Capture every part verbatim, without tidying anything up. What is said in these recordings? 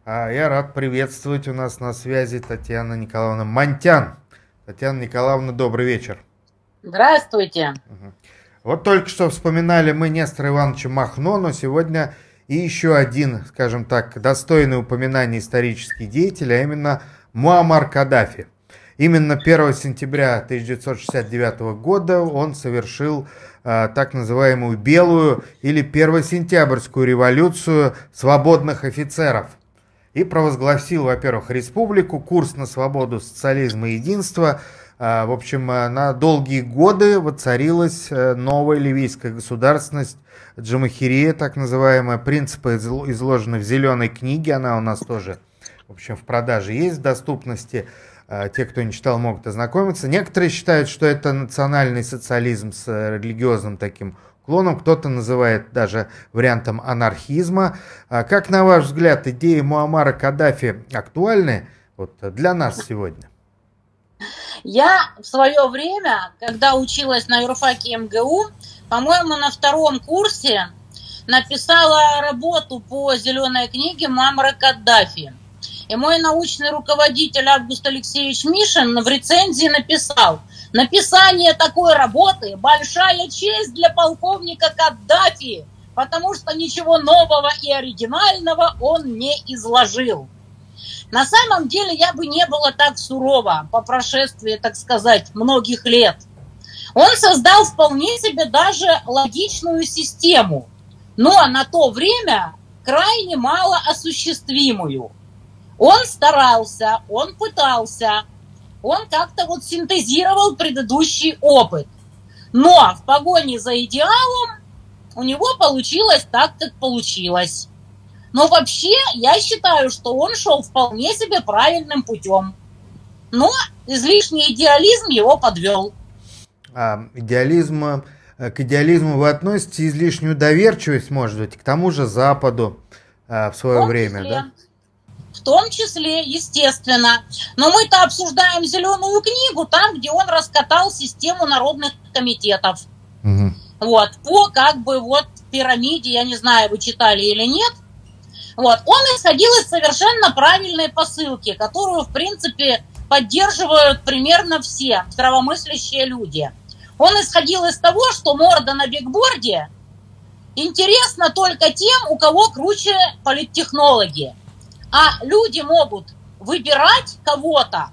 А я рад приветствовать у нас на связи Татьяна Николаевна Монтян. Татьяна Николаевна, добрый вечер. Здравствуйте. Угу. Вот только что вспоминали мы Нестора Ивановича Махно, но сегодня и еще один, скажем так, достойный упоминания исторический деятель, а именно Муаммар Каддафи. Именно первого сентября тысяча девятьсот шестьдесят девятого года он совершил э, так называемую белую или первосентябрьскую революцию свободных офицеров и провозгласил, во-первых, республику, курс на свободу, социализм и единство. Э, в общем, э, на долгие годы воцарилась э, новая ливийская государственность, Джамахирия, так называемая. Принципы изложены в зеленой книге, она у нас тоже, в общем, в продаже есть, в доступности. Те, кто не читал, могут ознакомиться. Некоторые считают, что это национальный социализм с религиозным таким уклоном. Кто-то называет даже вариантом анархизма. Как, на ваш взгляд, идеи Муаммара Каддафи актуальны вот для нас сегодня? Я в свое время, когда училась на юрфаке эм гэ у, по-моему, на втором курсе написала работу по зеленой книге Муаммара Каддафи. И мой научный руководитель Август Алексеевич Мишин в рецензии написал: написание такой работы – большая честь для полковника Каддафи, потому что ничего нового и оригинального он не изложил. На самом деле я бы не была так сурова по прошествии, так сказать, многих лет. Он создал вполне себе даже логичную систему, но на то время крайне мало осуществимую. Он старался, он пытался, он как-то вот синтезировал предыдущий опыт. Но в погоне за идеалом у него получилось так, как получилось. Но вообще я считаю, что он шел вполне себе правильным путем. Но излишний идеализм его подвел. А, идеализм, к идеализму вы относите излишнюю доверчивость, может быть, к тому же Западу а, в свое в время, числе. Да? В том числе, естественно. Но мы-то обсуждаем зеленую книгу, там, где он раскатал систему народных комитетов. Угу. Вот, по как бы вот пирамиде, я не знаю, вы читали или нет. Вот, он исходил из совершенно правильной посылки, которую, в принципе, поддерживают примерно все здравомыслящие люди. Он исходил из того, что морда на бигборде интересна только тем, у кого круче политтехнологи. А люди могут выбирать кого-то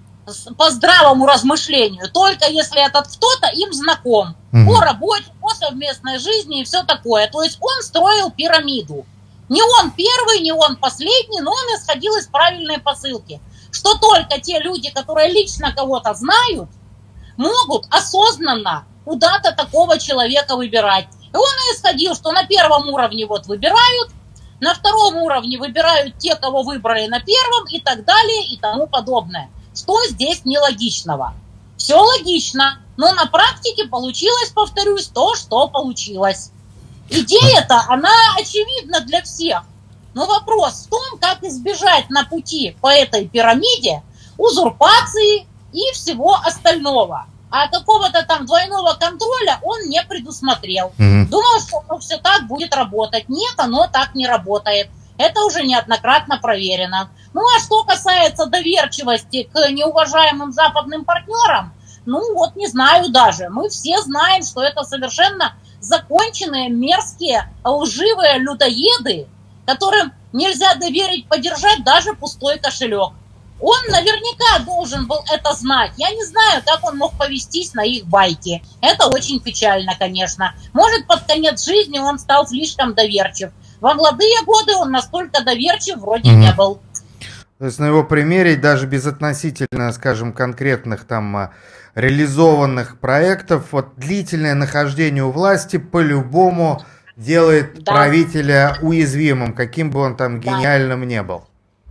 по здравому размышлению, только если этот кто-то им знаком. Mm-hmm. По работе, по совместной жизни и все такое. То есть он строил пирамиду. Не он первый, не он последний, но он исходил из правильной посылки. Что только те люди, которые лично кого-то знают, могут осознанно куда-то такого человека выбирать. И он исходил, что на первом уровне вот выбирают, на втором уровне выбирают те, кого выбрали на первом, и так далее, и тому подобное. Что здесь нелогичного? Все логично, но на практике получилось, повторюсь, то, что получилось. Идея-то, она очевидна для всех. Но вопрос в том, как избежать на пути по этой пирамиде узурпации и всего остального. А какого-то там двойного контроля он не предусмотрел. Mm-hmm. Думал, что ну, все так будет работать. Нет, оно так не работает. Это уже неоднократно проверено. Ну а что касается доверчивости к неуважаемым западным партнерам, ну вот не знаю даже. Мы все знаем, что это совершенно законченные, мерзкие, лживые людоеды, которым нельзя доверить подержать даже пустой кошелек. Он наверняка должен был это знать. Я не знаю, как он мог повестись на их байки. Это очень печально, конечно. Может, под конец жизни он стал слишком доверчив. Во молодые годы он настолько доверчив вроде mm-hmm. не был. То есть на его примере, даже без относительно, скажем, конкретных там реализованных проектов, вот длительное нахождение у власти по-любому делает да. правителя уязвимым, каким бы он там да. гениальным не был.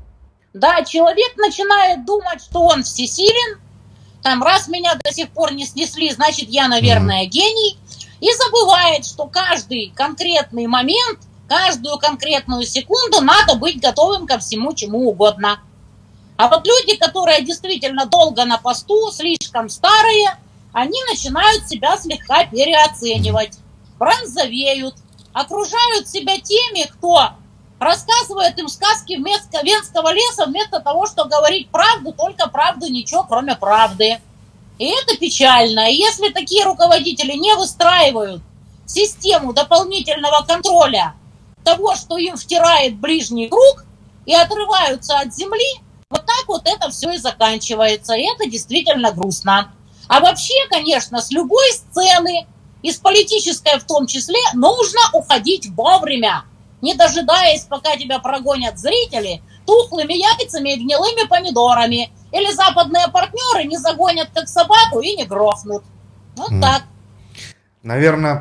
Да, человек начинает думать, что он всесилен, там, раз меня до сих пор не снесли, значит, я, наверное, mm-hmm. гений, и забывает, что каждый конкретный момент, каждую конкретную секунду надо быть готовым ко всему, чему угодно. А вот люди, которые действительно долго на посту, слишком старые, они начинают себя слегка переоценивать, бронзовеют, окружают себя теми, кто рассказывает им сказки вместо Венского леса, вместо того, что говорить правду, только правду, ничего кроме правды. И это печально. И если такие руководители не выстраивают систему дополнительного контроля того, что им втирает ближний круг, и отрываются от земли, вот так вот это все и заканчивается. И это действительно грустно. А вообще, конечно, с любой сцены, из политической в том числе, нужно уходить вовремя, не дожидаясь, пока тебя прогонят зрители тухлыми яйцами и гнилыми помидорами. Или западные партнеры не загонят как собаку и не грохнут. Вот mm. так. Наверное,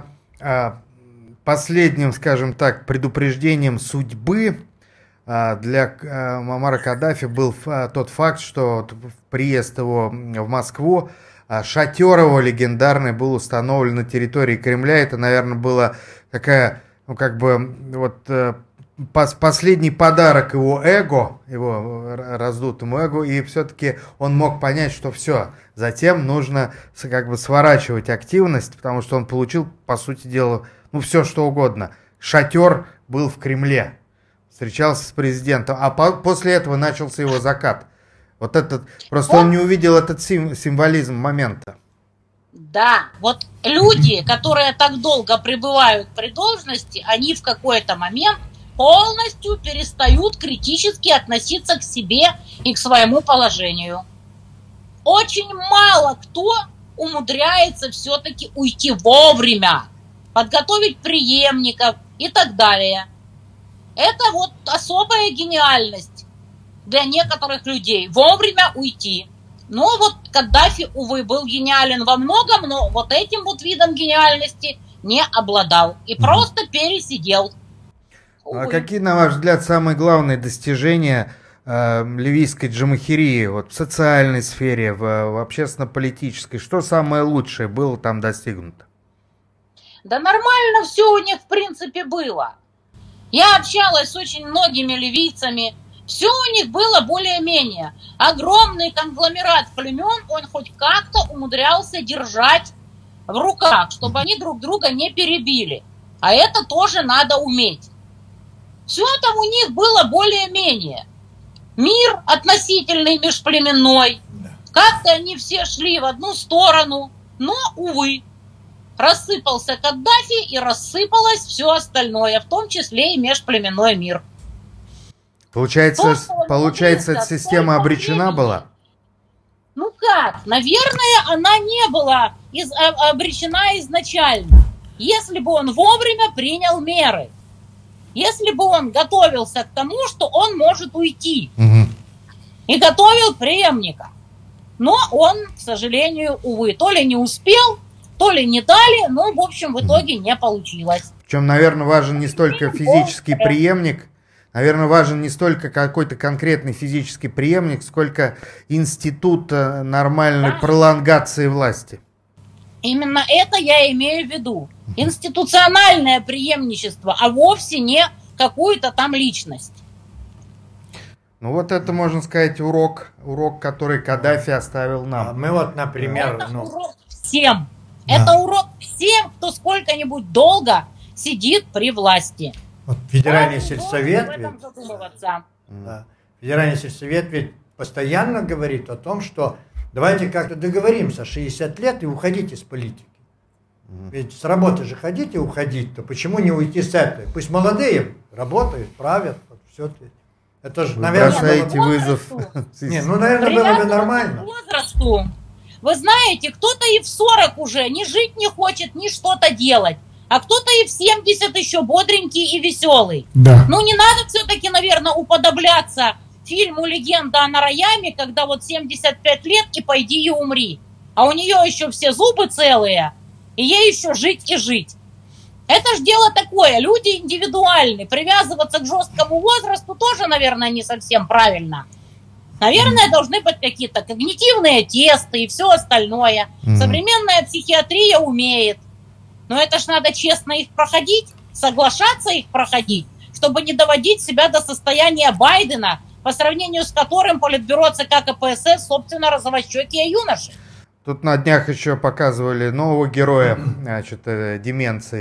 последним, скажем так, предупреждением судьбы для Муаммара Каддафи был тот факт, что приезд его в Москву, шатер его легендарный был установлен на территории Кремля. Это, наверное, была такая, ну, как бы, вот последний подарок его эго, его раздутому эго, и все-таки он мог понять, что все, затем нужно как бы сворачивать активность, потому что он получил, по сути дела, ну, все что угодно. Шатер был в Кремле, встречался с президентом, а по- после этого начался его закат. Вот этот, просто он не увидел этот сим- символизм момента. Да, вот люди, которые так долго пребывают при должности, они в какой-то момент полностью перестают критически относиться к себе и к своему положению. Очень мало кто умудряется все-таки уйти вовремя, подготовить преемников и так далее. Это вот особая гениальность для некоторых людей. Вовремя уйти. Но вот Каддафи, увы, был гениален во многом, но вот этим вот видом гениальности не обладал. И mm-hmm. просто пересидел. А какие, на ваш взгляд, самые главные достижения э, ливийской джамахирии вот, в социальной сфере, в, в общественно-политической? Что самое лучшее было там достигнуто? Да нормально все у них, в принципе, было. Я общалась с очень многими ливийцами. Все у них было более-менее. Огромный конгломерат племен он хоть как-то умудрялся держать в руках, чтобы они друг друга не перебили. А это тоже надо уметь. Все там у них было более-менее. Мир относительный межплеменной. Как-то они все шли в одну сторону. Но, увы, рассыпался Каддафи и рассыпалось все остальное, в том числе и межплеменной мир. Получается, То, получается эта система обречена времени. Была? Ну как? Наверное, она не была из, обречена изначально. Если бы он вовремя принял меры. Если бы он готовился к тому, что он может уйти. Угу. И готовил преемника. Но он, к сожалению, увы, то ли не успел, то ли не дали, но, в общем, в итоге угу. не получилось. Причем, наверное, важен не столько физический преемник, наверное, важен не столько какой-то конкретный физический преемник, сколько институт нормальной да. пролонгации власти. Именно это я имею в виду. Институциональное преемничество, а вовсе не какую-то там личность. Ну вот это, можно сказать, урок, урок, который Каддафи оставил нам. Мы вот, например... Это ну... урок всем. Да. Это урок всем, кто сколько-нибудь долго сидит при власти. Вот Федеральный сельсовет, ведь, да. Федеральный сельсовет ведь постоянно говорит о том, что давайте как-то договоримся, шестьдесят лет и уходите с политики. Mm. Ведь с работы же хотите уходить, то почему не уйти с этой? Пусть молодые работают, правят, вот все. Это же, вы наверное, бросаете вызов. Не, ну, наверное, было бы нормально. Возрасту. Вы знаете, кто-то и в сорок уже ни жить не хочет, ни что-то делать. А кто-то и в семьдесят еще бодренький и веселый. Да. Ну, не надо все-таки, наверное, уподобляться фильму «Легенда о Нараяме», когда вот семьдесят пять лет и пойди и умри. А у нее еще все зубы целые, и ей еще жить и жить. Это ж дело такое, люди индивидуальны. Привязываться к жесткому возрасту тоже, наверное, не совсем правильно. Наверное, должны быть какие-то когнитивные тесты и все остальное. Mm-hmm. Современная психиатрия умеет. Но это ж надо честно их проходить, соглашаться их проходить, чтобы не доводить себя до состояния Байдена, по сравнению с которым Политбюро ЦК КПСС, собственно, розовощекие юноши. Тут на днях еще показывали нового героя, значит, деменции.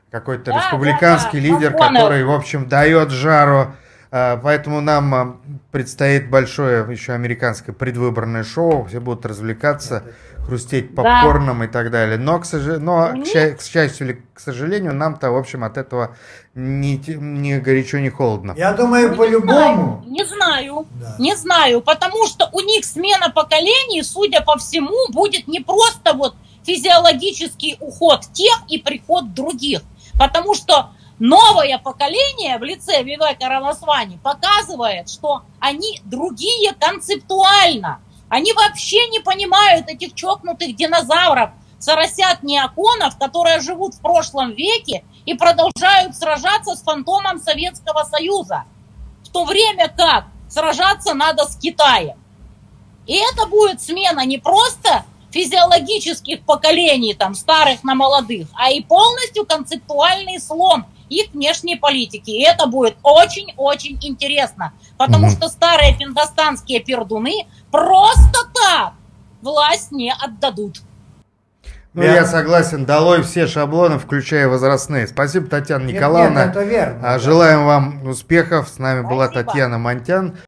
какой-то да, республиканский да, да. лидер, Маконы. который, в общем, дает жару. Поэтому нам предстоит большое еще американское предвыборное шоу, все будут развлекаться, хрустеть попкорном, да, и так далее. Но, к, сож... Но к, счастью, к счастью или к сожалению, нам-то, в общем, от этого ни, ни горячо, ни холодно. Я думаю, ну, по-любому. Не знаю, не знаю, да. не знаю, потому что у них смена поколений, судя по всему, будет не просто вот физиологический уход тех и приход других, потому что новое поколение в лице Вивека Рамасвами показывает, что они другие концептуально. Они вообще не понимают этих чокнутых динозавров, соросят неоконов, которые живут в прошлом веке и продолжают сражаться с фантомом Советского Союза. В то время как сражаться надо с Китаем. И это будет смена не просто физиологических поколений, там, старых на молодых, а и полностью концептуальный слом их внешней политики. И это будет очень-очень интересно, потому mm-hmm. что старые пиндостанские пердуны просто так власть не отдадут. Ну, я... я согласен, долой все шаблоны, включая возрастные. Спасибо, Татьяна Николаевна. Нет, нет, это верно. Желаем вам успехов. С нами Спасибо. Была Татьяна Монтян.